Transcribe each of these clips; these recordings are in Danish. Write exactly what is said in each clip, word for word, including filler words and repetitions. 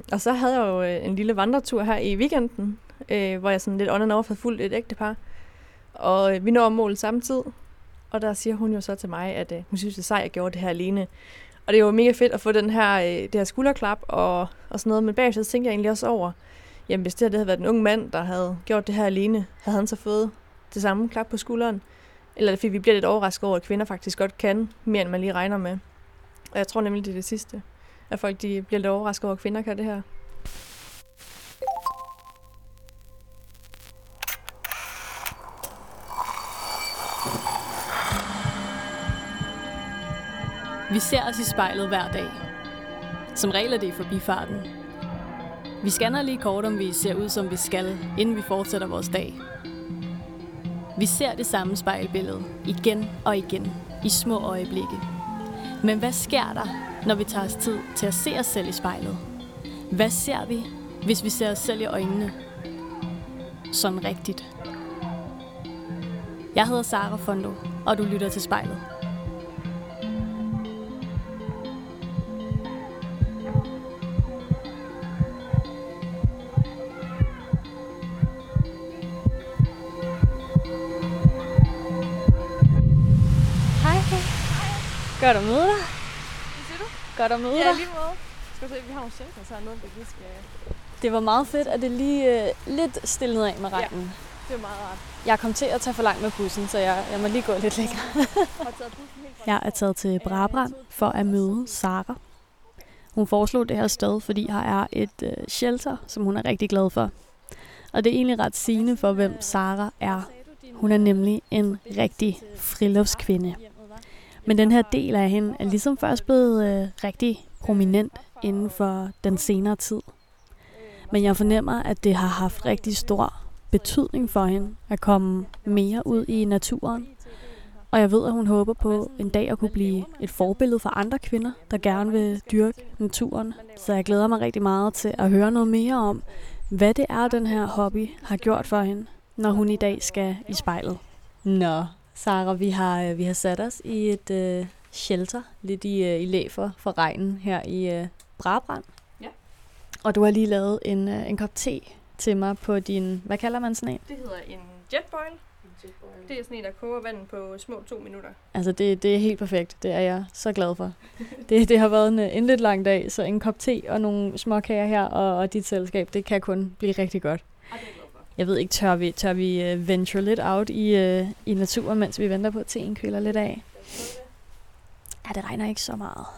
og så havde jeg jo øh, en lille vandretur her i weekenden, øh, hvor jeg sådan lidt on and off havde fulgt et ægtepar. Og øh, vi når målet samtidig, og der siger hun jo så til mig, at øh, hun synes, det er sejt, at jeg gjorde det her alene. Og det er jo mega fedt at få den her, øh, det her skulderklap og, og sådan noget, men bagefter så tænker jeg egentlig også over, jamen hvis det her det havde været en ung mand, der havde gjort det her alene, havde han så fået det samme klap på skulderen? Eller fordi vi bliver lidt overrasket over, at kvinder faktisk godt kan mere, end man lige regner med. Og jeg tror nemlig, det er det sidste. At folk de bliver lidt overrasket over, at kvinder kan det her. Vi ser os i spejlet hver dag. Som regel er det i forbifarten. Vi scanner lige kort, om vi ser ud, som vi skal, inden vi fortsætter vores dag. Vi ser det samme spejlbillede igen og igen i små øjeblikke. Men hvad sker der, når vi tager os tid til at se os selv i spejlet? Hvad ser vi, hvis vi ser os selv i øjnene? Sådan rigtigt. Jeg hedder Sara Fondo, og du lytter til Spejlet. Godt at møde dig. Hvad siger du? Godt at møde ja, dig. lige måde. Skal du se, vi har nogle shelter, så er noget, vi lige skal... Det var meget fedt, at det lige øh, lidt stillede ned af med regnen. Ja, det er meget rart. Jeg kom til at tage for langt med bussen, så jeg, jeg må lige gå lidt længere. Jeg er taget til Brabrand for at møde Sara. Hun foreslog det her sted, fordi her er et øh, shelter, som hun er rigtig glad for. Og det er egentlig ret sigende for, hvem Sara er. Hun er nemlig en rigtig friluftskvinde. Men den her del af hende er ligesom først blevet øh, rigtig prominent inden for den senere tid. Men jeg fornemmer, at det har haft rigtig stor betydning for hende at komme mere ud i naturen. Og jeg ved, at hun håber på en dag at kunne blive et forbillede for andre kvinder, der gerne vil dyrke naturen. Så jeg glæder mig rigtig meget til at høre noget mere om, hvad det er, den her hobby har gjort for hende, når hun i dag skal i spejlet. Nå, Sara, vi har, vi har sat os i et øh, shelter, lidt i, øh, i læ for, for regnen her i øh, Brabrand. Ja. Og du har lige lavet en, øh, en kop te til mig på din, hvad kalder man sådan en? Det hedder en jetboil. Det er sådan en, der koger vandet på små to minutter. Altså, det, det er helt perfekt. Det er jeg så glad for. det, det har været en, en lidt lang dag, så en kop te og nogle småkager her og, og dit selskab, det kan kun blive rigtig godt. Og det er glad for. Jeg ved ikke, tør vi, tør vi uh, venture lidt out i, uh, i naturen, mens vi venter på, at teen køler lidt af? Ja, det regner ikke så meget.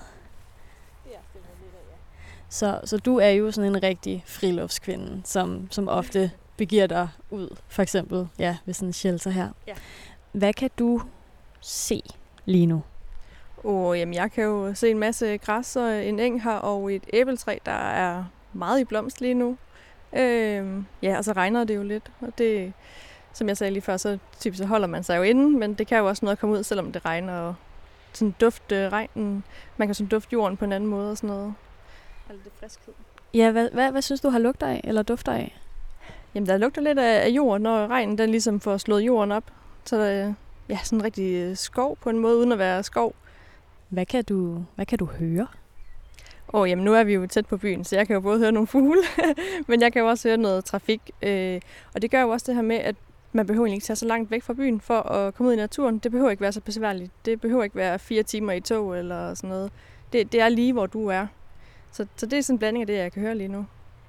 Så, så du er jo sådan en rigtig friluftskvinde, som, som ofte begiver dig ud, for eksempel ja, ved sådan en shelter her. Ja. Hvad kan du se lige nu? Oh, jamen, jeg kan jo se en masse græs og en eng her, og et æbletræ, der er meget i blomst lige nu. Øhm, ja, og så regner det jo lidt, og det, som jeg sagde lige før, så typisk så holder man sig jo inde, men det kan jo også noget at komme ud, selvom det regner, og sådan dufte regnen. Man kan sådan dufte jorden på en anden måde og sådan noget. Eller det friskhed. Ja, hvad, hvad, hvad synes du har lugter af, eller dufter af? Jamen, der lugter lidt af, af jord, når regnen den ligesom får slået jorden op. Så der er ja, sådan en rigtig skov på en måde, uden at være skov. Hvad kan du, hvad kan du høre? Åh, oh, jamen nu er vi jo tæt på byen, så jeg kan jo både høre nogle fugle, men jeg kan jo også høre noget trafik. Øh, og det gør jo også det her med, at man behøver ikke tage så langt væk fra byen for at komme ud i naturen. Det behøver ikke være så besværligt. Det behøver ikke være fire timer i tog eller sådan noget. Det, det er lige, hvor du er. Så, så det er sådan en blanding af det, jeg kan høre lige nu.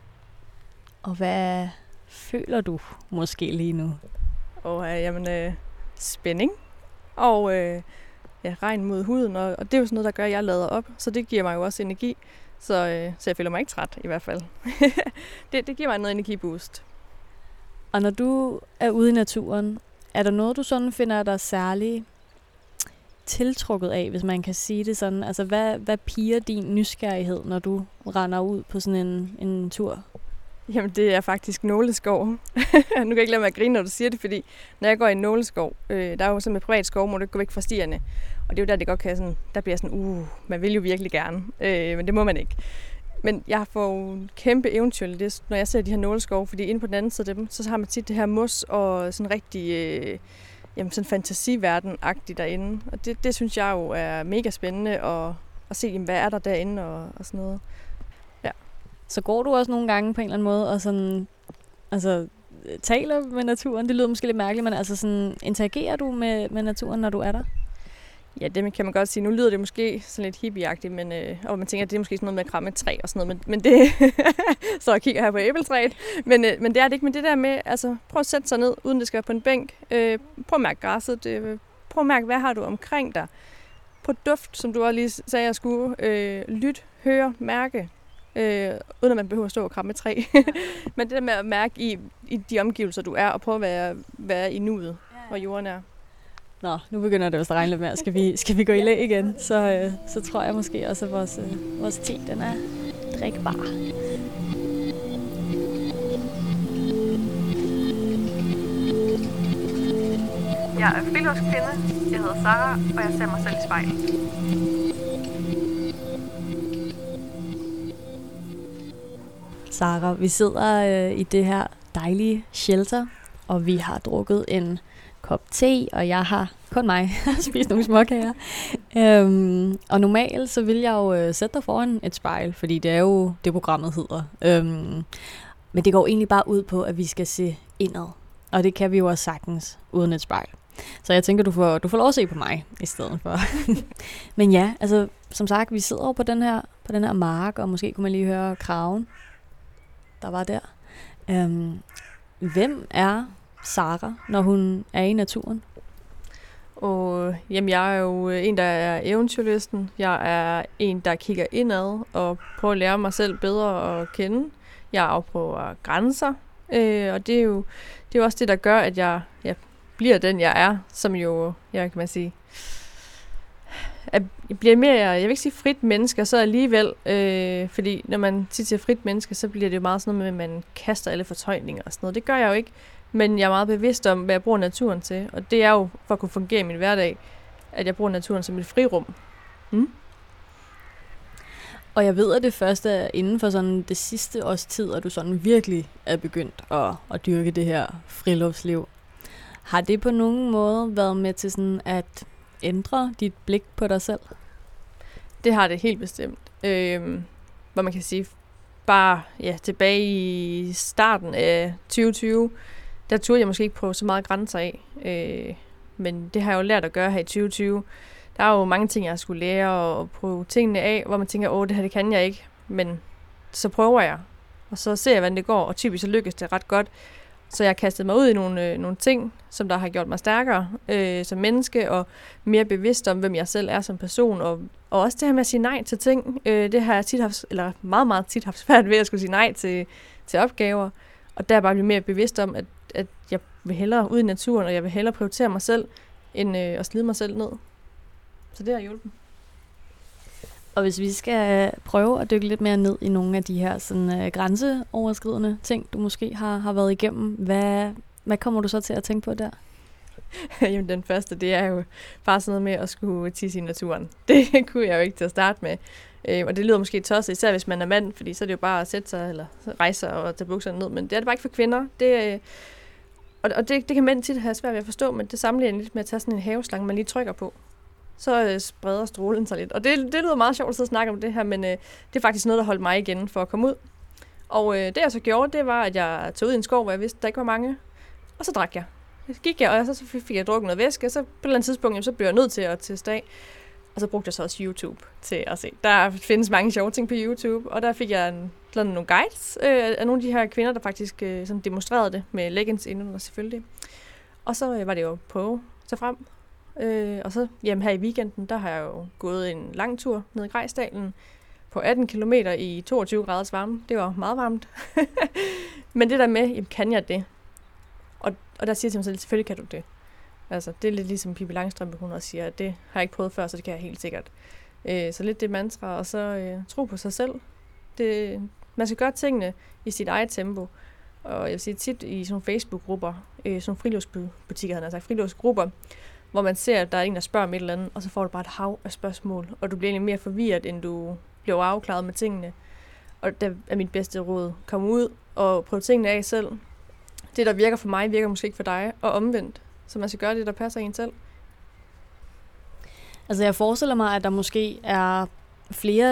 Og hvad føler du måske lige nu? Og øh, jamen, øh, spænding og øh, ja, regn mod huden, og, og det er jo sådan noget, der gør, at jeg lader op, så det giver mig jo også energi, så, øh, så jeg føler mig ikke træt i hvert fald. det, det giver mig noget energiboost. Og når du er ude i naturen, er der noget, du sådan finder dig særlig tiltrukket af, hvis man kan sige det sådan? Altså, hvad, hvad piger din nysgerrighed, når du render ud på sådan en, en tur? Jamen, det er faktisk nåleskov. Nu kan jeg ikke lade mig at grine, når du siger det, fordi når jeg går i en nåleskov, øh, der er jo sådan med privat skov, må du ikke gå væk fra stierne. Og det er jo der, det godt kan sådan, der bliver sådan, uh, man vil jo virkelig gerne, øh, men det må man ikke. Men jeg får en kæmpe eventyr, det, når jeg ser de her nåleskov, fordi inde på den anden side af dem, så har man tit det her mos og sådan rigtig øh, jamen sådan fantasiverden-agtigt derinde. Og det, det synes jeg jo er mega spændende at, at se, jamen, hvad er der derinde og, og sådan noget. Ja. Så går du også nogle gange på en eller anden måde og sådan, altså, taler med naturen? Det lyder måske lidt mærkeligt, men altså sådan, interagerer du med, med naturen, når du er der? Ja, det kan man godt sige. Nu lyder det måske sådan lidt hippieagtigt, men, øh, og man tænker, at det er måske sådan noget med at kramme et træ og sådan noget, men, men det, så jeg kigger her på æbletræet, men, øh, men det er det ikke. Men det der med, altså prøv at sætte sig ned, uden det skal være på en bænk. Øh, prøv at mærke græsset. Det, prøv at mærke, hvad har du omkring dig. Prøv duft, som du også lige sagde, jeg skulle. Øh, lyt, høre, mærke, øh, uden at man behøver at stå og kramme et træ. Men det der med at mærke i, i de omgivelser, du er, og prøve at være, være i nuet, hvor jorden er. Nå, nu begynder det også at regne lidt mere. Skal vi, skal vi gå i læ igen? Så, øh, så tror jeg måske også, at vores, øh, vores te, den er drikbar. Jeg er friluftskvinde, jeg hedder Sara, og jeg ser mig selv i spejlet. Sara, vi sidder øh, i det her dejlige shelter, og vi har drukket en kop te, og jeg har kun mig spist nogle småkager. øhm, og normalt så vil jeg jo øh, sætte dig foran et spejl, fordi det er jo det, programmet hedder. Øhm, men det går egentlig bare ud på, at vi skal se indad. Og det kan vi jo også sagtens uden et spejl. Så jeg tænker, du får, du får lov at se på mig i stedet for. Men ja, altså som sagt, vi sidder på den her, på den her mark, og måske kunne man lige høre kraven, der var der. Øhm, hvem er Sara, når hun er i naturen? Og jamen, jeg er jo en, der er eventyrlysten. Jeg er en, der kigger indad og prøver at lære mig selv bedre at kende. Jeg afprøver grænser, øh, og det er, jo, det er jo også det, der gør, at jeg, jeg bliver den, jeg er, som jo, jeg kan man sige, at jeg bliver mere, jeg vil ikke sige frit menneske, så alligevel, øh, fordi når man tit siger frit menneske, så bliver det jo meget sådan noget med, at man kaster alle fortøjninger og sådan noget. Det gør jeg jo ikke. Men jeg er meget bevidst om, hvad jeg bruger naturen til. Og det er jo for at kunne fungere i min hverdag, at jeg bruger naturen som et frirum. Mm? Og jeg ved, at det første er inden for sådan det sidste års tid, at du sådan virkelig er begyndt at, at dyrke det her friluftsliv. Har det på nogen måde været med til sådan at ændre dit blik på dig selv? Det har det helt bestemt. Øh, hvor man kan sige, bare ja, tilbage i starten af tyve tyve, der turde jeg måske ikke prøve så meget grænser af. Øh, men det har jeg jo lært at gøre her i tyve tyve. Der er jo mange ting, jeg skulle lære og prøve tingene af, hvor man tænker, åh, det her det kan jeg ikke. Men så prøver jeg, og så ser jeg, hvordan det går, og typisk så lykkes det ret godt. Så jeg har kastet mig ud i nogle, øh, nogle ting, som der har gjort mig stærkere øh, som menneske, og mere bevidst om, hvem jeg selv er som person. Og, og også det her med at sige nej til ting, øh, det har jeg tit haft, eller meget, meget tit haft svært ved at skulle sige nej til, til opgaver. Og der er bare blevet mere bevidst om, at, at jeg vil hellere ud i naturen, og jeg vil hellere prioritere mig selv, end øh, at slide mig selv ned. Så det har hjulpet. Og hvis vi skal prøve at dykke lidt mere ned i nogle af de her sådan, øh, grænseoverskridende ting, du måske har, har været igennem, hvad, hvad kommer du så til at tænke på der? Jamen den første, det er jo bare sådan noget med at skulle tisse i naturen. Det kunne jeg jo ikke til at starte med. Øh, og det lyder måske tosset, især hvis man er mand, fordi så er det jo bare at sætte sig eller rejse sig og tage bukserne ned. Men det er det bare ikke for kvinder. Det, øh, og og det, det kan mænd tit have svært ved at forstå, men det sammenligner lidt med at tage sådan en haveslange, man lige trykker på. Så øh, spreder strålen sig lidt. Og det, det lyder meget sjovt at sidde og snakke om det her, men øh, det er faktisk noget, der holdt mig igen for at komme ud. Og øh, det jeg så gjorde, det var, at jeg tog ud i en skov, hvor jeg vidste, at der ikke var mange. Og så drak jeg. Så gik jeg, og så fik jeg drukket noget væske, og så på et eller andet tidspunkt, jamen, så blev jeg nødt til at teste af. Og så brugte jeg så også YouTube til at se. Der findes mange sjove ting på YouTube, og der fik jeg en, nogle guides øh, af nogle af de her kvinder, der faktisk øh, sådan demonstrerede det med leggings indenunder selvfølgelig. Og så øh, var det jo på så frem. Øh, og så jamen, her i weekenden, der har jeg jo gået en lang tur ned i Grejsdalen på atten kilometer i toogtyve graders varme. Det var meget varmt. Men det der med, jamen, kan jeg det? Og, og der siger jeg til mig selv, selvfølgelig kan du det. Altså, det er lidt ligesom Pippi Langstrømpe, hun også siger, at det har jeg ikke prøvet før, så det kan jeg helt sikkert. Øh, så lidt det mantra, og så øh, tro på sig selv. Det, man skal gøre tingene i sit eget tempo. Og jeg vil sige tit i sådan nogle Facebook-grupper, øh, sådan nogle friluftsbutikker, han har sagt, friluftsgrupper, hvor man ser, at der er en, der spørger om et eller andet, og så får du bare et hav af spørgsmål, og du bliver egentlig mere forvirret, end du bliver afklaret med tingene. Og det er mit bedste råd. Kom ud og prøv tingene af selv. Det, der virker for mig, virker måske ikke for dig, og omvendt. Så man skal gøre det, der passer en selv. Altså jeg forestiller mig, at der måske er flere,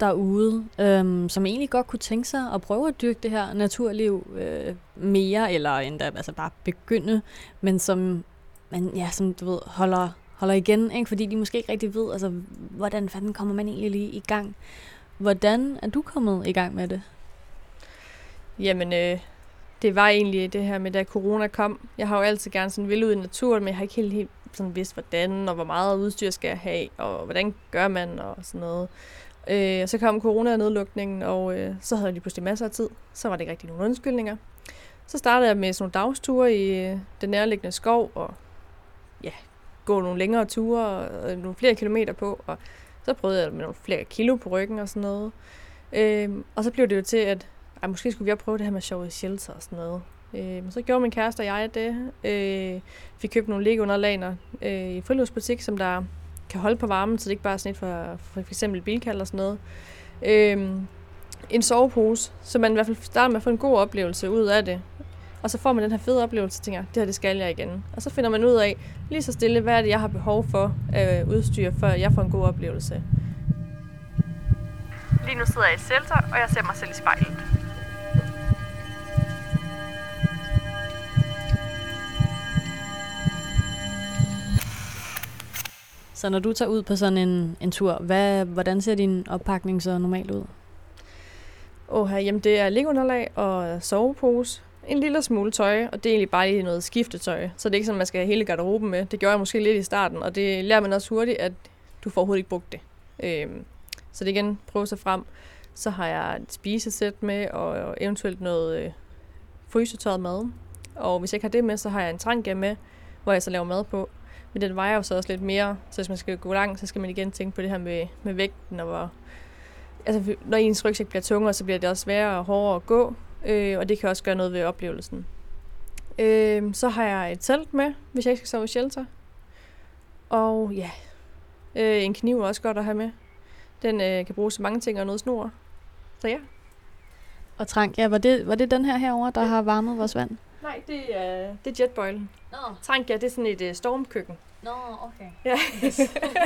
derude, øhm, som egentlig godt kunne tænke sig at prøve at dyrke det her naturliv øh, mere, eller endda altså bare begynde, men som, man, ja, som du ved, holder, holder igen, ikke? Fordi de måske ikke rigtig ved, altså, hvordan fanden kommer man egentlig lige i gang. Hvordan er du kommet i gang med det? Jamen, øh, det var egentlig det her med, da corona kom. Jeg har jo altid gerne sådan ville ud i naturen, men jeg har ikke helt, helt sådan vidst, hvordan og hvor meget udstyr skal jeg have, og hvordan gør man og sådan noget. Øh, og så kom corona-nedlukningen, og øh, så havde jeg lige pludselig masser af tid. Så var det ikke rigtig nogen undskyldninger. Så startede jeg med sådan nogle dagsture i øh, den nærliggende skov, og ja, gå nogle længere ture, og øh, nogle flere kilometer på, og så prøvede jeg med nogle flere kilo på ryggen og sådan noget. Øh, og så blev det jo til, at ej, måske skulle vi også prøve det her med sjov i shelter og sådan noget. Øh, men så gjorde min kæreste og jeg det. Øh, vi købte nogle Lego-underlagner øh, i en friluftsbutik, som der kan holde på varmen, så det ikke bare er sådan et for, for, for eksempel bilkald og sådan noget. Øh, en sovepose, så man i hvert fald starter med at få en god oplevelse ud af det. Og så får man den her fede oplevelse og tænker, det her det skal jeg igen. Og så finder man ud af, lige så stille, hvad er det, jeg har behov for øh, udstyr, før jeg får en god oplevelse. Lige nu sidder jeg i shelter, og jeg ser mig selv i spejlet. Så når du tager ud på sådan en, en tur, hvad, hvordan ser din oppakning så normalt ud? Åh, jamen det er Lego-underlag og sovepose. En lille smule tøj, og det er egentlig bare lige noget skiftetøj. Så det er ikke sådan, man skal have hele garderoben med. Det gjorde jeg måske lidt i starten, og det lærer man også hurtigt, at du får overhovedet ikke brugt det. Øhm, så det igen, prøve sig frem. Så har jeg et spisesæt med, og eventuelt noget øh, frysetørret mad. Og hvis jeg ikke har det med, så har jeg en trangia med, hvor jeg så laver mad på. Men den vejer jo så også lidt mere, så hvis man skal gå langt, så skal man igen tænke på det her med, med vægten. Og hvor, altså, når ens rygsæk bliver tungere, så bliver det også sværere og hårdere at gå, øh, og det kan også gøre noget ved oplevelsen. Øh, så har jeg et telt med, hvis jeg ikke skal sove i shelter. Og ja, øh, en kniv er også godt at have med. Den øh, kan bruges til mange ting og noget snor. Så ja. Og Trank, ja, var det, var det den her herovre, der har varmet vores vand? Nej, det er, det er jetboilen. Nå. Trank, ja, det er sådan et uh, stormkøkken. Nå, okay. Ja. Yes.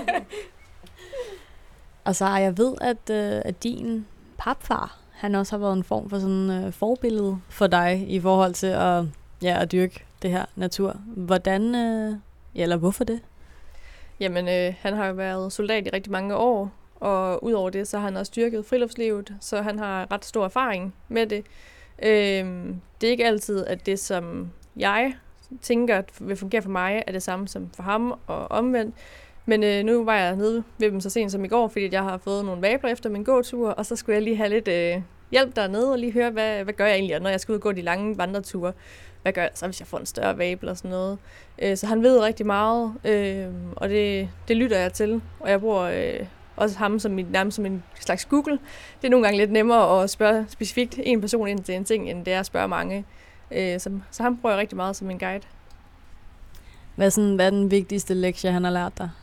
Og så har jeg ved, at, øh, at din papfar, han også har været en form for sådan øh, forbillede for dig i forhold til at, ja, at dyrke det her natur. Hvordan, øh, eller hvorfor det? Jamen, øh, han har jo været soldat i rigtig mange år, og udover det, så har han også dyrket friluftslivet, så han har ret stor erfaring med det. Øh, det er ikke altid, at det, som jeg tænker vil fungere for mig, er det samme som for ham og omvendt. Men øh, nu var jeg nede ved dem så sent som i går, fordi jeg har fået nogle vabler efter min gåtur, og så skulle jeg lige have lidt øh, hjælp dernede og lige høre, hvad, hvad gør jeg egentlig, når jeg skal ud og gå de lange vandreture. Hvad gør jeg så, hvis jeg får en større vabel og sådan noget? Øh, så han ved rigtig meget, øh, og det, det lytter jeg til, og jeg bruger øh, også ham som min, nærmest som en slags Google. Det er nogle gange lidt nemmere at spørge specifikt en person ind til en ting, end det er at spørge mange. Øh, så, så ham bruger jeg rigtig meget som en guide. Hvad er, sådan, hvad er den vigtigste lektie, han har lært dig?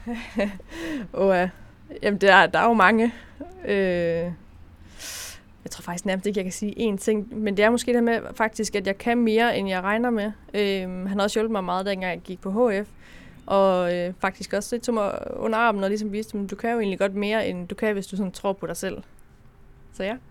oh, ja. Jamen, der, der er jo mange. Øh, jeg tror faktisk nærmest ikke, jeg kan sige én ting. Men det er måske det med faktisk, at jeg kan mere, end jeg regner med. Øh, han har også hjulpet mig meget, dengang jeg gik på H F. Og øh, faktisk også lidt tog mig under armen og ligesom viste, at du kan jo egentlig godt mere, end du kan, hvis du sådan tror på dig selv. Så ja.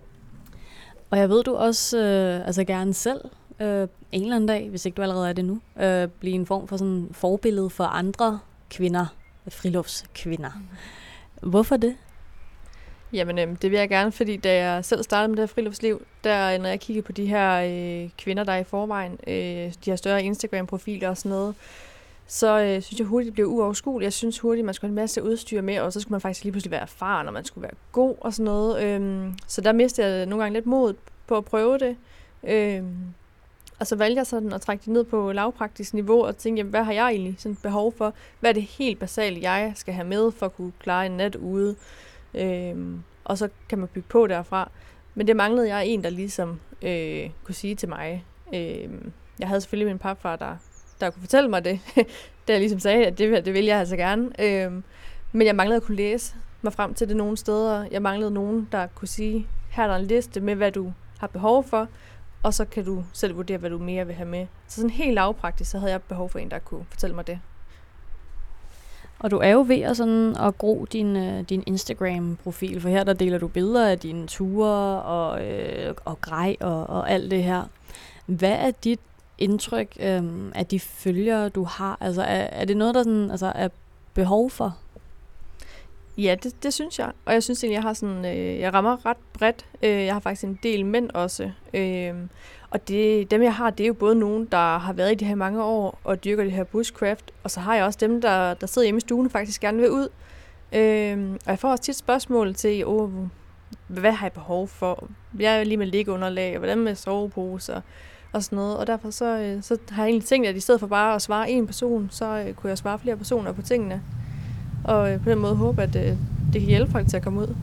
Og jeg ved, du også øh, altså gerne selv øh, en eller anden dag, hvis ikke du allerede er det nu, øh, blive en form for sådan forbillede for andre kvinder, friluftskvinder. Mm. Hvorfor det? Jamen, øh, det vil jeg gerne, fordi da jeg selv startede med det her friluftsliv, der når jeg kiggede på de her øh, kvinder, der er i forvejen, øh, de har større Instagram-profiler og sådan noget, så øh, synes jeg hurtigt, det blev uoverskueligt. Jeg synes hurtigt, man skulle have en masse udstyr med, og så skulle man faktisk lige pludselig være erfaren, og man skulle være god og sådan noget. Øhm, så der mistede jeg nogle gange lidt mod på at prøve det. Øhm, og så valgte jeg sådan at trække det ned på lavpraktisk niveau, og tænke, jamen, hvad har jeg egentlig sådan behov for? Hvad er det helt basale, jeg skal have med, for at kunne klare en nat ude? Øhm, og så kan man bygge på derfra. Men det manglede jeg en, der ligesom øh, kunne sige til mig. Øhm, jeg havde selvfølgelig min papfar, der der kunne fortælle mig det, da jeg ligesom sagde, at det, det vil jeg altså gerne. Øhm, men jeg manglede at kunne læse mig frem til det nogle steder. Jeg manglede nogen, der kunne sige, her er der en liste med, hvad du har behov for, og så kan du selv vurdere, hvad du mere vil have med. Så sådan helt lavpraktisk, så havde jeg behov for en, der kunne fortælle mig det. Og du er jo ved at, sådan, at gro din, øh, din Instagram-profil, for her der deler du billeder af dine ture og, øh, og grej og, og alt det her. Hvad er dit indtryk øh, af de følgere, du har? Altså, er, er det noget, der sådan, altså, er behov for? Ja, det, det synes jeg. Og jeg synes egentlig, jeg har sådan, øh, jeg rammer ret bredt. Øh, jeg har faktisk en del mænd også. Øh, og det, dem, jeg har, det er jo både nogen, der har været i det her mange år og dyrker det her bushcraft. Og så har jeg også dem, der, der sidder hjemme i stuen og faktisk gerne vil ud. Øh, og jeg får også tit spørgsmål til, oh, hvad har jeg behov for? Jeg er lige med liggeunderlag, og hvordan med soveposer og sådan noget. Og derfor så, øh, så har jeg egentlig tænkt, at i stedet for bare at svare en person, så øh, kunne jeg svare flere personer på tingene. Og på den måde håbe, at øh, det kan hjælpe folk til at komme ud.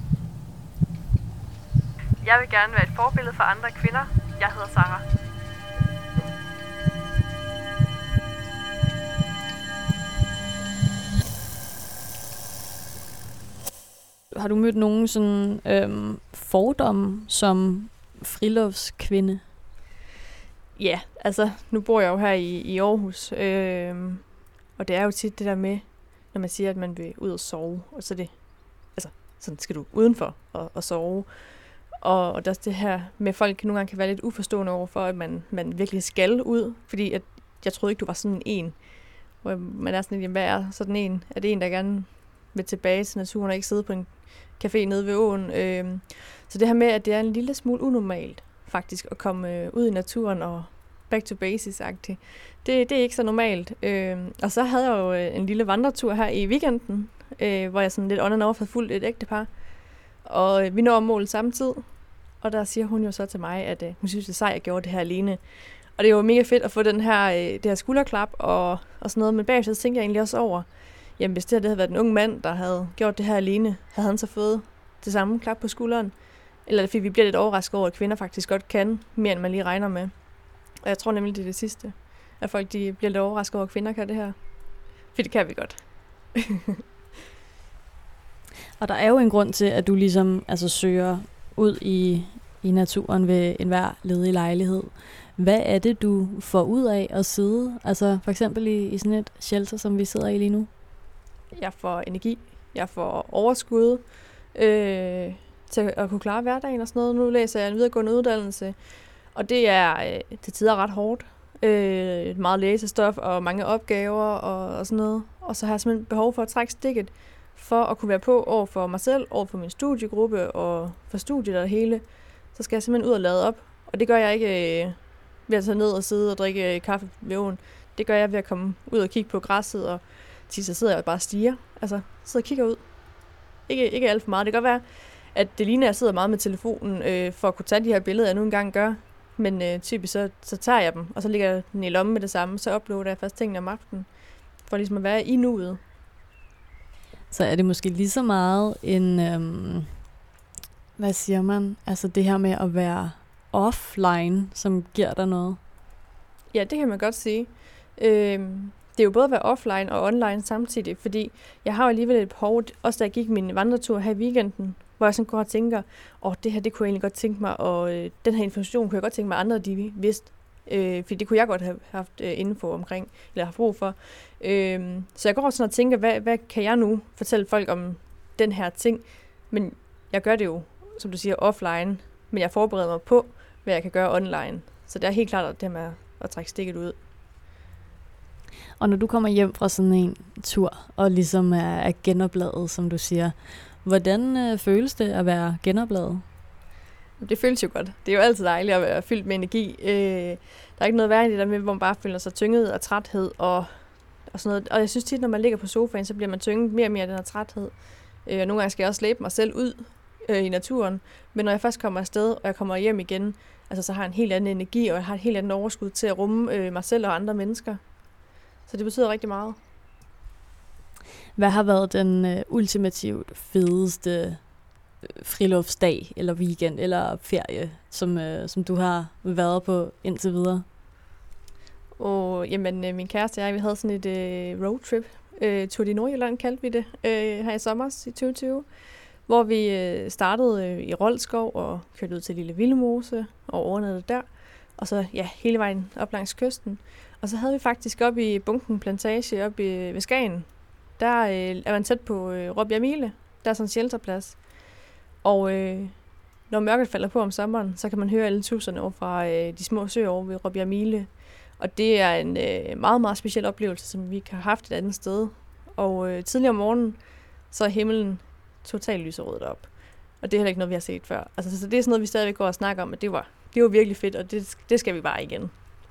Jeg vil gerne være et forbillede for andre kvinder. Jeg hedder Sarah. Har du mødt nogen sådan øhm, fordomme som friluftskvinde? Ja, altså nu bor jeg jo her i, i Aarhus. Øh, og det er jo tit det der med, når man siger, at man vil ud og sove, og så det, altså, sådan skal du udenfor og, og sove. Og, og der er det her med, at folk nogle gange kan være lidt uforstående over for, at man, man virkelig skal ud, fordi at, jeg troede ikke, du var sådan en. Hvor man er sådan lidt, hvad er sådan en? Er det en, der gerne vil tilbage til naturen og ikke sidde på en café nede ved åen? Øh, så det her med, at det er en lille smule unormalt, faktisk, at komme øh, ud i naturen og back to basics-agtigt. Det, det er ikke så normalt. Øh, og så havde jeg jo en lille vandretur her i weekenden, øh, hvor jeg sådan lidt on and off havde fulgt et ægtepar. Og øh, vi når målet samme tid. Og der siger hun jo så til mig, at øh, hun synes, det er sejt, at jeg gjorde det her alene. Og det er jo mega fedt at få den her, øh, det her skulderklap og, og sådan noget. Men bagefter så tænker jeg egentlig også over, jamen hvis det her det havde været en ung mand, der havde gjort det her alene, havde han så fået det samme klap på skulderen? Eller fordi vi bliver lidt overrasket over, at kvinder faktisk godt kan mere, end man lige regner med. Og jeg tror nemlig, det er det sidste. At folk de bliver lidt overrasket over, at kvinder kan det her. For det kan vi godt. Og der er jo en grund til, at du ligesom altså, søger ud i, i naturen ved enhver ledig lejlighed. Hvad er det, du får ud af at sidde, altså for eksempel i, i sådan et shelter, som vi sidder i lige nu? Jeg får energi. Jeg får overskud øh, til at kunne klare hverdagen og sådan noget. Nu læser jeg en videregående uddannelse, og det er øh, til tider ret hårdt. Øh, meget læsestof og mange opgaver og, og sådan noget. Og så har jeg simpelthen behov for at trække stikket for at kunne være på over for mig selv, over for min studiegruppe og for studiet og det hele. Så skal jeg simpelthen ud og lade op. Og det gør jeg ikke øh, ved at tage ned og sidde og drikke øh, kaffe ved åen. Det gør jeg ved at komme ud og kigge på græsset, og til så sidder jeg bare og stiger. Altså, sidder og kigger ud. Ikke, ikke alt for meget. Det kan godt være, at det ligner, at jeg sidder meget med telefonen øh, for at kunne tage de her billeder, jeg nu engang gør. Men øh, typisk så, så tager jeg dem, og så ligger jeg den i lommen med det samme. Så uploader jeg først tingene om aftenen, for ligesom at være i nuet. Så er det måske lige så meget en, øhm, hvad siger man, altså det her med at være offline, som giver dig noget? Ja, det kan man godt sige. Øhm, det er jo både at være offline og online samtidig, fordi jeg har jo alligevel et behov, også da jeg gik min vandretur her i weekenden, hvor jeg sådan går og tænker, åh, oh, det her, det kunne jeg egentlig godt tænke mig, og øh, den her information kunne jeg godt tænke mig, andre de vidste. Øh, fordi det kunne jeg godt have haft øh, info omkring, eller have brug for. Øh, så jeg går sådan og tænker, hvad, hvad kan jeg nu fortælle folk om den her ting? Men jeg gør det jo, som du siger, offline, men jeg forbereder mig på, hvad jeg kan gøre online. Så det er helt klart det med at trække stikket ud. Og når du kommer hjem fra sådan en tur, og ligesom er, er genopladet, som du siger, hvordan øh, føles det at være genopladet? Det føles jo godt. Det er jo altid dejligt at være fyldt med energi. Øh, der er ikke noget værre i det der med, hvor man bare føler sig tynget af træthed og, og sådan noget. Og jeg synes tit, når man ligger på sofaen, så bliver man tynget mere og mere af den her træthed. Øh, og nogle gange skal jeg også slæbe mig selv ud øh, i naturen. Men når jeg først kommer afsted, og jeg kommer hjem igen, altså, så har jeg en helt anden energi, og jeg har et helt andet overskud til at rumme øh, mig selv og andre mennesker. Så det betyder rigtig meget. Hvad har været den øh, ultimativt fedeste friluftsdag, eller weekend, eller ferie, som, øh, som du har været på indtil videre? Og jamen, øh, min kæreste og jeg, vi havde sådan et øh, roadtrip. Øh, Tour de Nordjylland kaldte vi det, øh, her i sommer i tyve tyve. Hvor vi øh, startede øh, i Roldskov og kørte ud til Lille Vildmose og overnattede der. Og så ja, hele vejen op langs kysten. Og så havde vi faktisk op i Bunken Plantage, op i, ved Skagen, der øh, er man tæt på øh, Råbjerg Mile. Der er sådan en shelterplads. Og øh, når mørket falder på om sommeren, så kan man høre alle tusinder over fra øh, de små søer over ved Råbjerg Mile. Og det er en øh, meget, meget speciel oplevelse, som vi ikke har haft et andet sted. Og øh, tidligere om morgenen, så er himlen totalt lyserød op. Og det er heller ikke noget, vi har set før. Altså, så det er sådan noget, vi stadigvæk går og snakker om, at det var, det var virkelig fedt, og det, det skal vi bare igen.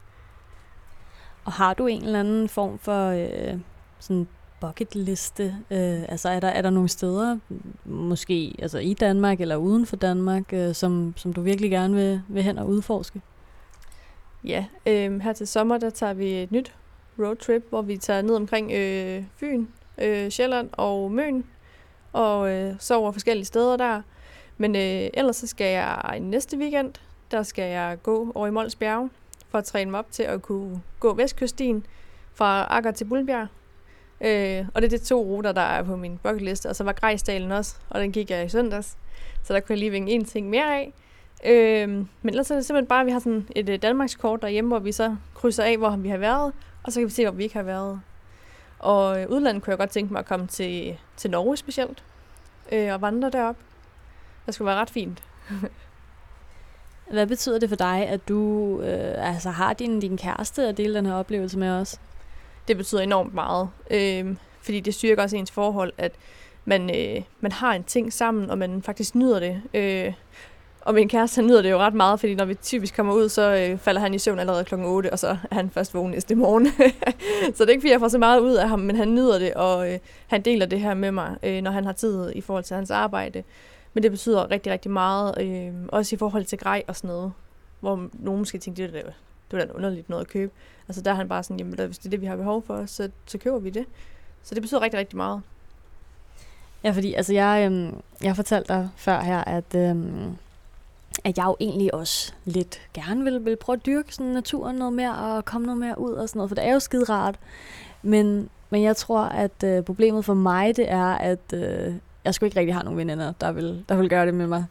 Og har du en eller anden form for øh, sådan bucketliste? Øh, altså er der, er der nogle steder, måske altså i Danmark eller uden for Danmark, øh, som, som du virkelig gerne vil, vil hen og udforske? Ja, øh, her til sommer, der tager vi et nyt roadtrip, hvor vi tager ned omkring øh, Fyn, øh, Sjælland og Møn, og øh, sover forskellige steder der. Men øh, ellers så skal jeg i næste weekend, der skal jeg gå over i Mols Bjerge, for at træne mig op til at kunne gå vestkyststien fra Agger til Bulbjerg. Øh, og det er de to ruter, der er på min bucketliste. Og så var Grejsdalen også, og den gik jeg i søndags. Så der kunne jeg lige vinge en ting mere af. Øh, men ellers er det simpelthen bare, at vi har sådan et uh, Danmarkskort derhjemme, hvor vi så krydser af, hvor vi har været. Og så kan vi se, hvor vi ikke har været. Og øh, udlandet kunne jeg godt tænke mig at komme til, til Norge specielt. Øh, og vandre derop. Det skulle være ret fint. Hvad betyder det for dig, at du øh, altså har din, din kæreste at dele den her oplevelse med os? Det betyder enormt meget, øh, fordi det styrker også ens forhold, at man, øh, man har en ting sammen, og man faktisk nyder det. Øh, og min kæreste, han nyder det jo ret meget, fordi når vi typisk kommer ud, så øh, falder han i søvn allerede klokken otte, og så er han først vågen næste morgen. Så det er ikke, fordi jeg får så meget ud af ham, men han nyder det, og øh, han deler det her med mig, øh, når han har tid i forhold til hans arbejde. Men det betyder rigtig, rigtig meget, øh, også i forhold til grej og sådan noget, hvor nogen måske tænkte, det var, det var da underligt noget at købe. Altså der er han bare sådan, jamen hvis det er det, vi har behov for, så, så køber vi det. Så det betyder rigtig, rigtig meget. Ja, fordi altså jeg, øhm, jeg fortalte dig før her, at, øhm, at jeg jo egentlig også lidt gerne vil, vil prøve at dyrke sådan naturen noget mere, og komme noget mere ud og sådan noget, for det er jo skide rart. Men, men jeg tror, at øh, problemet for mig, det er, at øh, jeg sgu ikke rigtig har nogen veninder, der vil, der vil gøre det med mig.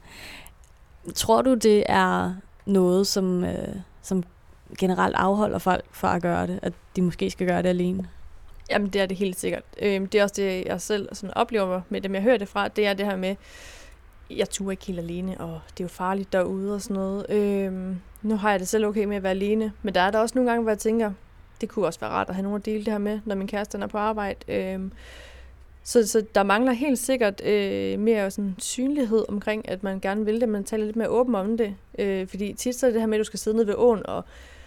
Tror du, det er noget, som, øh, som generelt afholder folk fra at gøre det, at de måske skal gøre det alene? Jamen, det er det helt sikkert. Øh, det er også det, jeg selv sådan oplever med dem, jeg hører det fra, det er det her med, jeg turer ikke helt alene, og det er jo farligt derude og sådan noget. Øh, nu har jeg det selv okay med at være alene, men der er der også nogle gange, hvor jeg tænker, det kunne også være rart at have nogen at dele det her med, når min kæreste er på arbejde. Øh, så, så der mangler helt sikkert øh, mere sådan synlighed omkring, at man gerne vil det, men taler lidt mere åben om det. Øh, fordi tit så er det her med, at du skal sidde nede ved åen, og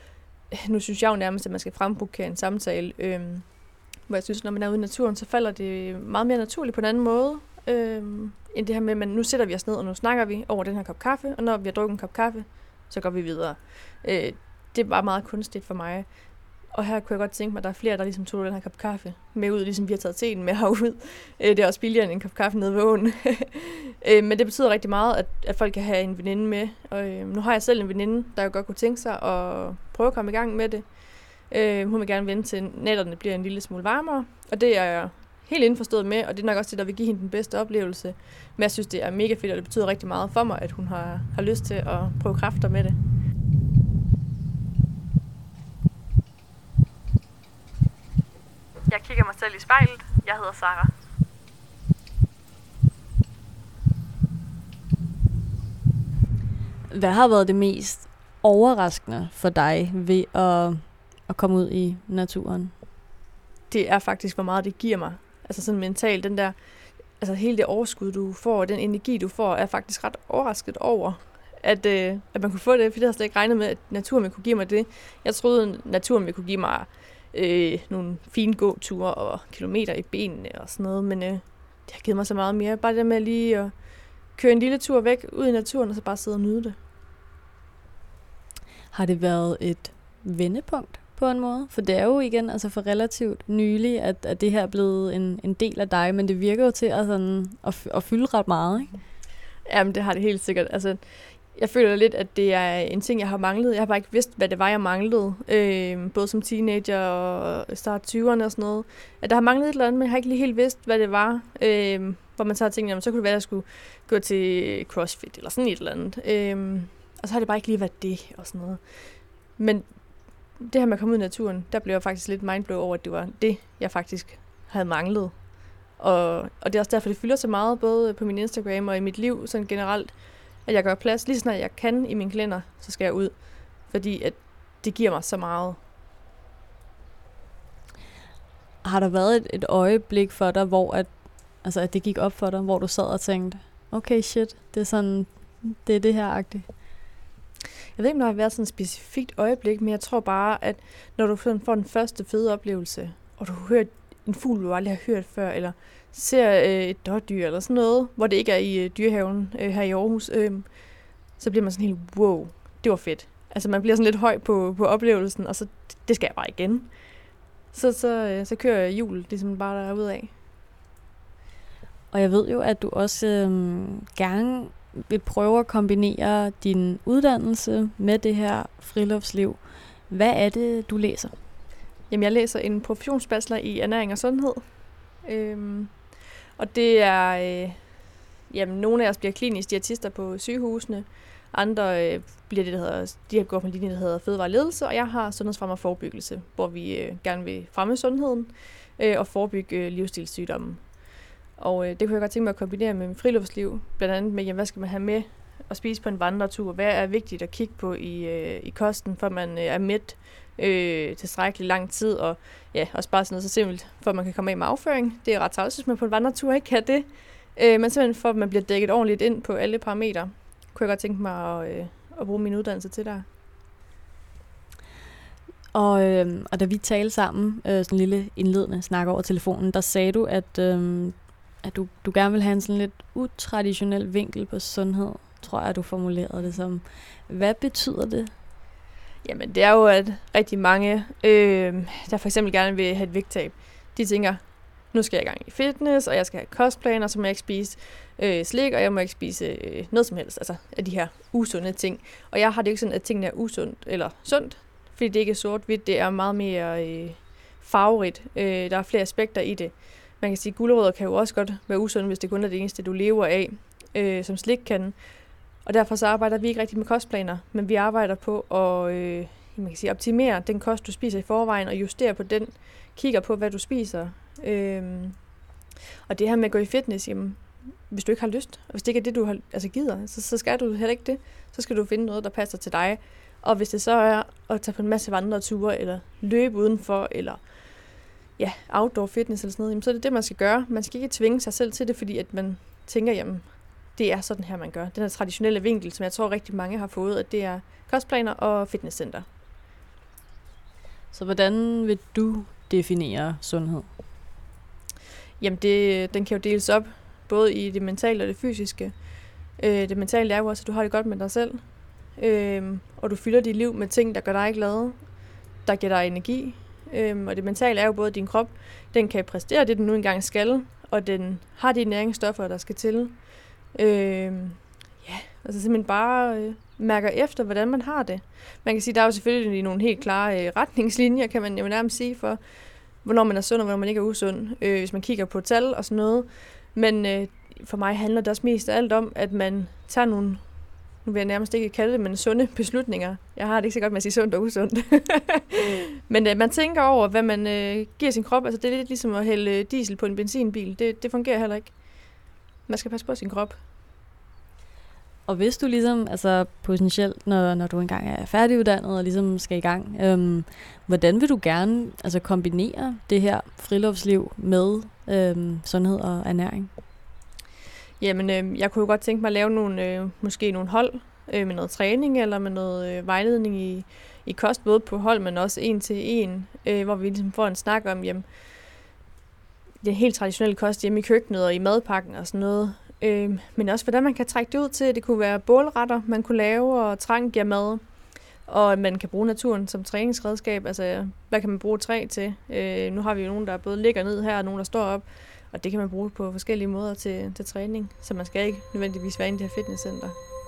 nu synes jeg jo nærmest, at man skal frembruge en samtale, øh, hvor jeg synes, når man er ude i naturen, så falder det meget mere naturligt på en anden måde, øh, end det her med, at nu sætter vi os ned, og nu snakker vi over den her kop kaffe, og når vi har drukket en kop kaffe, så går vi videre. Øh, det er bare meget kunstigt for mig. Og her kunne jeg godt tænke mig, at der er flere, der ligesom tog den her kop kaffe med ud, ligesom vi har taget teen med herud. Det er også billigere end en kop kaffe nede ved åen. Men det betyder rigtig meget, at, at folk kan have en veninde med. Og øh, nu har jeg selv en veninde, der jo godt kunne tænke sig at prøve at komme i gang med det. Øh, hun vil gerne vente til, nætterne bliver en lille smule varmere. Og det er jeg helt indforstået med, og det er nok også det, der vil give hende den bedste oplevelse. Men jeg synes, det er mega fedt, og det betyder rigtig meget for mig, at hun har, har lyst til at prøve kræfter med det. Jeg kigger mig selv i spejlet. Jeg hedder Sara. Hvad har været det mest overraskende for dig ved at, at komme ud i naturen? Det er faktisk, hvor meget det giver mig. Altså sådan mentalt, den der, altså hele det overskud, du får, den energi, du får, er faktisk ret overrasket over, at, øh, at man kunne få det, for det havde jeg slet ikke regnet med, at naturen ville kunne give mig det. Jeg troede, at naturen ville kunne give mig Øh, nogle fine gåture og kilometer i benene og sådan noget, men øh, det har givet mig så meget mere. Bare det med lige at køre en lille tur væk ud i naturen, og så bare sidde og nyde det. Har det været et vendepunkt på en måde? For det er jo igen altså for relativt nylig, at, at det her er blevet en, en del af dig, men det virker jo til at, sådan, at, at fylde ret meget, ikke? Jamen, det har det helt sikkert. Altså, jeg føler lidt, at det er en ting, jeg har manglet. Jeg har bare ikke vidst, hvad det var, jeg manglede. Øh, både som teenager og start tyverne og sådan noget. At der har manglet et eller andet, men jeg har ikke lige helt vidst, hvad det var. Øh, hvor man så har tænkt, jamen, så kunne det være, at jeg skulle gå til CrossFit eller sådan et eller andet. Øh, og så har det bare ikke lige været det og sådan noget. Men det her med at komme ud i naturen, der blev jeg faktisk lidt mindblown over, at det var det, jeg faktisk havde manglet. Og, og det er også derfor, det fylder så meget, både på min Instagram og i mit liv, sådan generelt, at jeg gør plads. Lige snart jeg kan i min kalender, så skal jeg ud. Fordi at det giver mig så meget. Har der været et, et øjeblik for dig, hvor at, altså at det gik op for dig, hvor du sad og tænkte, okay shit, det er sådan, det er det her-agtigt? Jeg ved ikke, om der har været sådan et specifikt øjeblik, men jeg tror bare, at når du får den første fede oplevelse, og du hører en fugl, du aldrig har hørt før, eller ser øh, et dårdyr eller sådan noget, hvor det ikke er i øh, dyrehaven øh, her i Aarhus, øh, så bliver man sådan helt, wow, det var fedt. Altså man bliver sådan lidt høj på, på oplevelsen, og så, det skal jeg bare igen. Så, så, øh, så kører jeg hjul ligesom bare derudad. Og jeg ved jo, at du også øh, gerne vil prøve at kombinere din uddannelse med det her friluftsliv. Hvad er det, du læser? Jamen, jeg læser en professionsbachelor i ernæring og sundhed. Øhm, og det er, øh, jamen, nogle af os bliver klinisk diætister på sygehusene. Andre øh, bliver det, der hedder, de har gået på en linje, der hedder fødevareledelse, og jeg har sundhedsfremme og forebyggelse, hvor vi øh, gerne vil fremme sundheden øh, og forebygge øh, livsstilssygdomme. Og øh, det kunne jeg godt tænke mig at kombinere med mit friluftsliv, blandt andet med, jamen, hvad skal man have med at spise på en vandretur? Hvad er vigtigt at kigge på i, øh, i kosten, for man øh, er mæt øh, tilstrækkelig lang tid, og ja, også bare sådan noget så simpelt, for at man kan komme af med afføring. Det er ret træls, hvis man på en vandretur ikke kan det, øh, men simpelthen for, at man bliver dækket ordentligt ind på alle parametre, kunne jeg godt tænke mig at, øh, at bruge min uddannelse til der. Og, øh, og da vi talte sammen, øh, sådan en lille indledende snak over telefonen, der sagde du, at, øh, at du, du gerne vil have en sådan lidt utraditionel vinkel på sundhed, tror jeg, du formulerede det som. Hvad betyder det? Jamen, det er jo, at rigtig mange, øh, der for eksempel gerne vil have et vægttab, de tænker, nu skal jeg i gang i fitness, og jeg skal have kostplaner, så må jeg ikke spise øh, slik, og jeg må ikke spise øh, noget som helst, altså af de her usunde ting. Og jeg har det ikke sådan, at tingene er usundt eller sundt, fordi det ikke er sort-hvidt, det er meget mere øh, farverigt. Øh, der er flere aspekter i det. Man kan sige, at gulerødder kan jo også godt være usunde, hvis det kun er det eneste, du lever af, øh, som slik kan. Og derfor så arbejder vi ikke rigtig med kostplaner, men vi arbejder på at øh, man kan sige, optimere den kost, du spiser i forvejen, og justere på den, kigger på, hvad du spiser. Øhm, og det her med at gå i fitness, jamen, hvis du ikke har lyst, og hvis det ikke er det, du har, altså gider, så, så skal du heller ikke det. Så skal du finde noget, der passer til dig. Og hvis det så er at tage på en masse vandreture, eller løbe udenfor, eller ja, outdoor fitness eller sådan noget, jamen, så er det det, man skal gøre. Man skal ikke tvinge sig selv til det, fordi at man tænker, jamen, det er sådan her, man gør. Den her traditionelle vinkel, som jeg tror rigtig mange har fået, at det er kostplaner og fitnesscenter. Så hvordan vil du definere sundhed? Jamen, det, den kan jo deles op, både i det mentale og det fysiske. Øh, det mentale er jo også, at du har det godt med dig selv, øh, og du fylder dit liv med ting, der gør dig glad, der giver dig energi. Øh, og det mentale er jo både, at din krop, den kan præstere det, den nu engang skal, og den har de næringsstoffer, der skal til. Øh, ja, altså simpelthen bare øh, mærker efter, hvordan man har det. Man kan sige, der er jo selvfølgelig nogle helt klare øh, retningslinjer, kan man jo nærmest sige, for hvornår man er sund og hvornår man ikke er usund, øh, hvis man kigger på tal og sådan noget. Men øh, for mig handler det også mest af alt om, at man tager nogle, nu vil jeg nærmest ikke kalde det, men sunde beslutninger. Jeg har det ikke så godt med at sige sundt og usundt. Men øh, man tænker over, hvad man øh, giver sin krop. Altså det er lidt ligesom at hælde diesel på en benzinbil. Det, det fungerer heller ikke. Man skal passe på sin krop. Og hvis du ligesom, altså potentielt, når, når du engang er færdiguddannet og ligesom skal i gang, øhm, hvordan vil du gerne altså kombinere det her friluftsliv med øhm, sundhed og ernæring? Jamen, øh, jeg kunne jo godt tænke mig at lave nogle, øh, måske nogle hold øh, med noget træning eller med noget øh, vejledning i, i kost, både på hold, men også en til en, øh, hvor vi ligesom får en snak om, jamen, det helt traditionelle kost hjemme i køkkenet og i madpakken og sådan noget. Øh, men også hvordan man kan trække det ud til. Det kunne være bålretter, man kunne lave, og trang giver mad. Og man kan bruge naturen som træningsredskab. Altså, hvad kan man bruge træ til? Øh, nu har vi jo nogen, der både ligger ned her, og nogen, der står op. Og det kan man bruge på forskellige måder til, til træning. Så man skal ikke nødvendigvis være inde i det her fitnesscenter.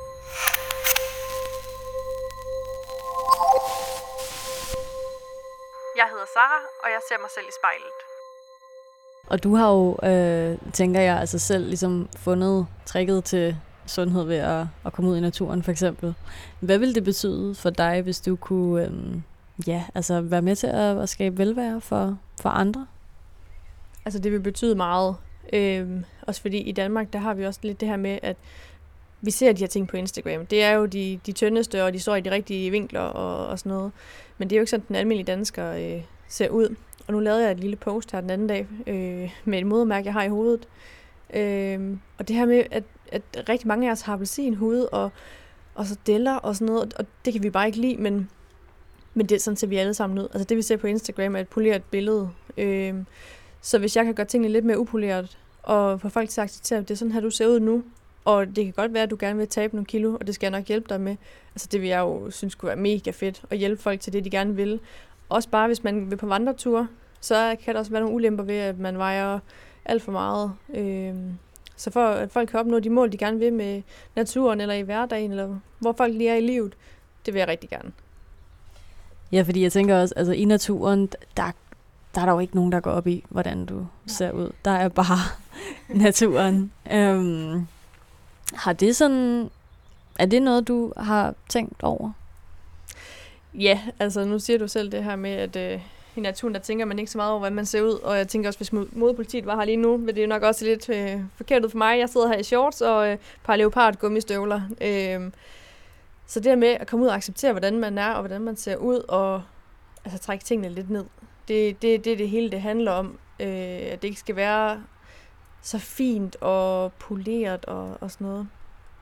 Jeg hedder Sara, og jeg ser mig selv i spejlet. Og du har jo, øh, tænker jeg, altså selv ligesom fundet tricket til sundhed ved at, at komme ud i naturen, for eksempel. Hvad ville det betyde for dig, hvis du kunne øh, ja, altså være med til at, at skabe velvære for, for andre? Altså det vil betyde meget. Øhm, også fordi i Danmark, der har vi også lidt det her med, at vi ser de her ting på Instagram. Det er jo de, de tyndeste, og de står i de rigtige vinkler og, og sådan noget. Men det er jo ikke sådan, den almindelige dansker øh, ser ud. Og nu lavede jeg et lille post her den anden dag øh, med et modermærke, jeg har i hovedet. Øh, og det her med, at, at rigtig mange af os har appelsinhud og, og så deller og sådan noget, og det kan vi bare ikke lide, men, men det er sådan, ser vi alle sammen ud. Altså det, vi ser på Instagram, er et poleret billede. Øh, så hvis jeg kan gøre tingene lidt mere upoleret, og få folk til at acceptere, at det er sådan her, du ser ud nu, og det kan godt være, at du gerne vil tabe nogle kilo, og det skal jeg nok hjælpe dig med. Altså det vil jeg jo synes kunne være mega fedt, at hjælpe folk til det, de gerne vil. Også bare, hvis man vil på vandretur, så kan der også være nogle ulemper ved, at man vejer alt for meget. Så for at folk kan opnå de mål, de gerne vil med naturen, eller i hverdagen, eller hvor folk lige er i livet, det vil jeg rigtig gerne. Ja, fordi jeg tænker også, altså i naturen, der, der er der jo ikke nogen, der går op i, hvordan du ser ud. Der er bare naturen. Øhm, har det sådan, er det noget, du har tænkt over? Ja, altså nu siger du selv det her med, at øh, i naturen, der tænker man ikke så meget over, hvordan man ser ud. Og jeg tænker også, hvis modepolitiet var her lige nu, vil det jo nok også lidt øh, forkert ud for mig. Jeg sidder her i shorts og øh, par leopard gummistøvler. Øh, så det her med at komme ud og acceptere, hvordan man er og hvordan man ser ud, og altså trække tingene lidt ned. Det det, det, det hele det handler om. Øh, at det ikke skal være så fint og poleret og, og sådan noget.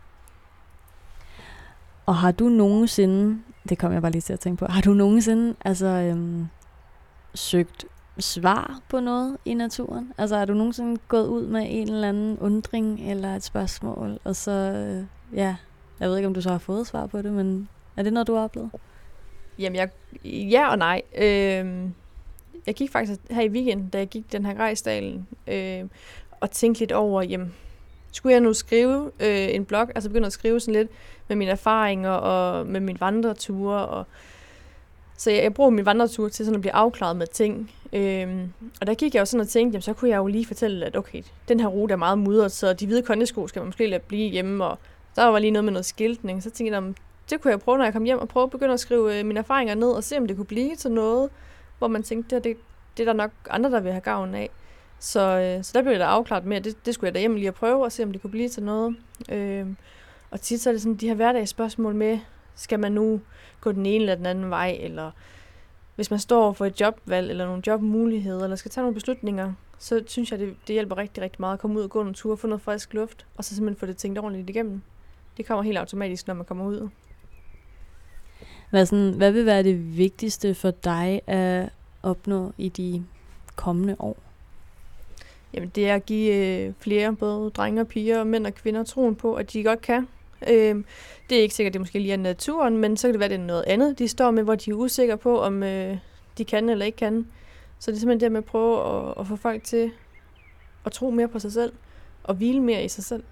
Og har du nogensinde, det kom jeg bare lige til at tænke på, har du nogensinde altså, øhm, søgt svar på noget i naturen? Altså har du nogensinde gået ud med en eller anden undring eller et spørgsmål, og så, øh, ja, jeg ved ikke, om du så har fået svar på det, men er det noget, du har oplevet? Jamen, jeg, ja og nej. Øh, jeg gik faktisk her i weekenden, da jeg gik den her Grejsdalen, øh, og tænkte lidt over, jamen, skulle jeg nu skrive øh, en blog, altså begynde at skrive sådan lidt med mine erfaringer og med mine vandreture. Og så jeg, jeg bruger min vandretur til sådan at blive afklaret med ting. Øhm, og der gik jeg jo sådan og tænkte, jamen, så kunne jeg jo lige fortælle, at okay, den her rute er meget mudret, så de hvide kondisko skal man måske lade blive hjemme. Og der var lige noget med noget skiltning. Så tænkte jeg, jamen, det kunne jeg prøve, når jeg kom hjem, og prøve at begynde at skrive øh, mine erfaringer ned og se, om det kunne blive til noget, hvor man tænkte, det, det, det er der nok andre, der vil have gavn af. Så, øh, så der blev jeg da afklaret med, at det, det skulle jeg da hjem lige at prøve og se, om det kunne blive til noget. Øh, og tit så er det sådan de her hverdagsspørgsmål med, skal man nu gå den ene eller den anden vej, eller hvis man står for et jobvalg, eller nogle jobmuligheder, eller skal tage nogle beslutninger, så synes jeg, det, det hjælper rigtig, rigtig meget at komme ud og gå en tur, få noget frisk luft, og så simpelthen få det tænkt ordentligt igennem. Det kommer helt automatisk, når man kommer ud. Hvad, sådan, hvad vil være det vigtigste for dig at opnå i de kommende år? Jamen, det er at give øh, flere, både drenge og piger, mænd og kvinder, troen på, at de godt kan. Øh, det er ikke sikkert, at det måske lige er naturen, men så kan det være, at det er noget andet, de står med, hvor de er usikre på, om øh, de kan eller ikke kan. Så det er simpelthen det med at prøve at, at få folk til at tro mere på sig selv, og hvile mere i sig selv.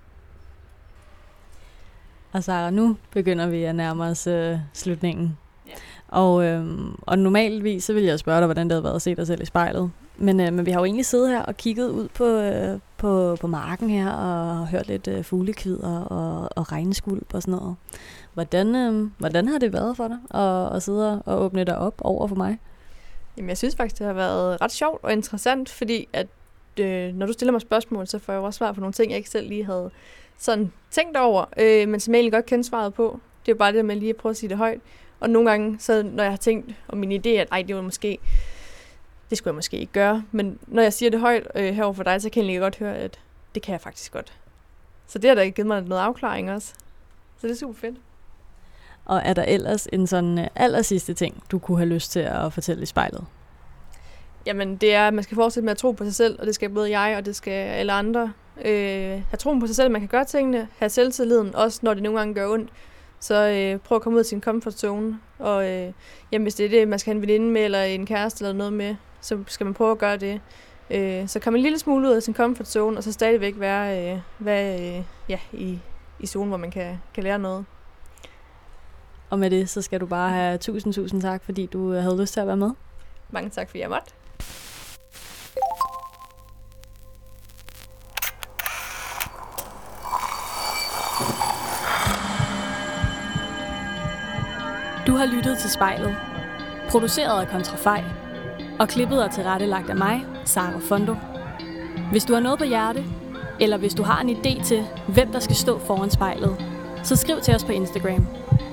Og Sara, nu begynder vi at nærme os øh, slutningen. Yeah. Og, øh, og normalvis så vil jeg spørge dig, hvordan det havde været at se dig selv i spejlet. Men, øh, men vi har jo egentlig siddet her og kigget ud på, øh, på, på marken her, og hørt lidt øh, fuglekvider og, og regnskvulp og sådan noget. Hvordan, øh, hvordan har det været for dig at, at sidde og åbne dig op over for mig? Jamen, jeg synes faktisk, det har været ret sjovt og interessant, fordi at, øh, når du stiller mig spørgsmål, så får jeg også svar på nogle ting, jeg ikke selv lige havde sådan tænkt over, øh, men som jeg egentlig godt kender svaret på. Det er jo bare det med lige at prøve at sige det højt. Og nogle gange, så når jeg har tænkt om min idé, at ej, det var måske, det skulle jeg måske ikke gøre. Men når jeg siger det højt øh, herovre for dig, så kan jeg godt høre, at det kan jeg faktisk godt. Så det har da givet mig noget afklaring også. Så det er super fedt. Og er der ellers en sådan uh, aller sidste ting, du kunne have lyst til at fortælle i spejlet? Jamen, det er, at man skal fortsætte med at tro på sig selv, og det skal både jeg, og det skal alle andre. Øh, have troen på sig selv, at man kan gøre tingene. Have selvtilliden, også når det nogle gange gør ondt. Så øh, prøv at komme ud af sin comfort zone. Og øh, jamen, hvis det er det, man skal have en veninde med, eller en kæreste eller noget med, så skal man prøve at gøre det. Øh, så kom en lille smule ud af sin comfort zone, og så stadigvæk være, øh, være øh, ja, i, i zonen, hvor man kan, kan lære noget. Og med det, så skal du bare have tusind, tusind tak, fordi du havde lyst til at være med. Mange tak, fordi jeg måtte. Du har lyttet til Spejlet, produceret af Kontrafej, og klippet og tilrettelagt af mig, Sara Fondo. Hvis du har noget på hjerte, eller hvis du har en idé til, hvem der skal stå foran spejlet, så skriv til os på Instagram.